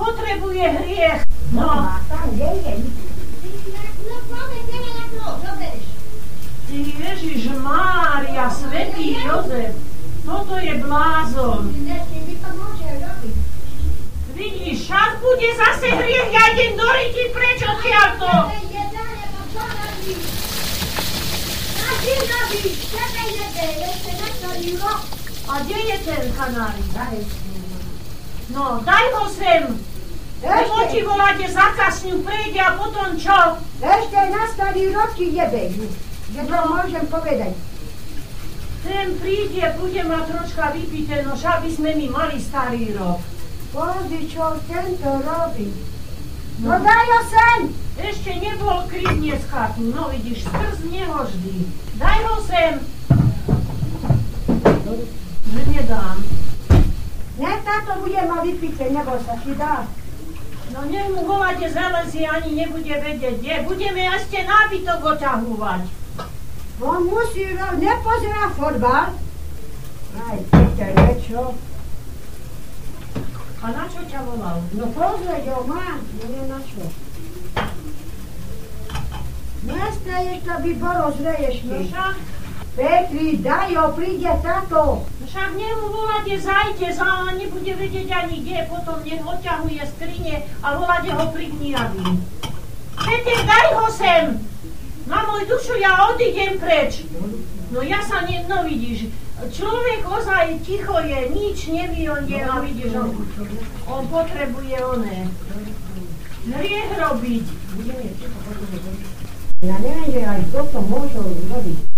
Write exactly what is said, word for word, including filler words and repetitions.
potrebuje hriech. No, a tam deje. No, poďme, kde je to, zoberieš. Ty Ježiš Mária, svätý Jozef, toto je blázon. Vy to môže robiť. Vidíš, však bude zase hriech, ja idem do ryti preč odtiaľto. A kde je ten kanárik? No, daj ho sem. Lebo ti voláte zakasňu, prejde a potom čo? Ešte na starý roky jebejú, že to môžem povedať. Ten príde, bude mať troška vypité, no však by sme mi mali starý rok. Pozri, čo tento robí. No daj ho sem! Ešte nebol kryt dneska tu, no vidíš, skrz neho vždy. Daj ho sem. Že nedám. Ne, táto bude ma vypite, nebo sa ti dá. No nech mu voláte zelezie, ani nebude vedieť, kde. Budeme ešte nábytok oťahúvať. On musí, nepozerá fotbal. Aj, Peter, čo? A na čo ťa volal? No pozrieť ho má, neviem na čo. Nestaješ, to by bolo zreješ No mi. však, Petri, daj ho, príde táto. no však nech mu voláte zajte, za nebude vedieť ani kde, potom nech oťahuje skrine a voláte ho pri knihavi. Peter, daj ho sem! Na môj dušu, ja odídem preč. No ja sa ne, no vidíš, človek ozaj ticho je, nič nevie on je, a vidíš, on, on potrebuje oné. Hriech robiť. Ja neviem, že aj toto môžu robiť.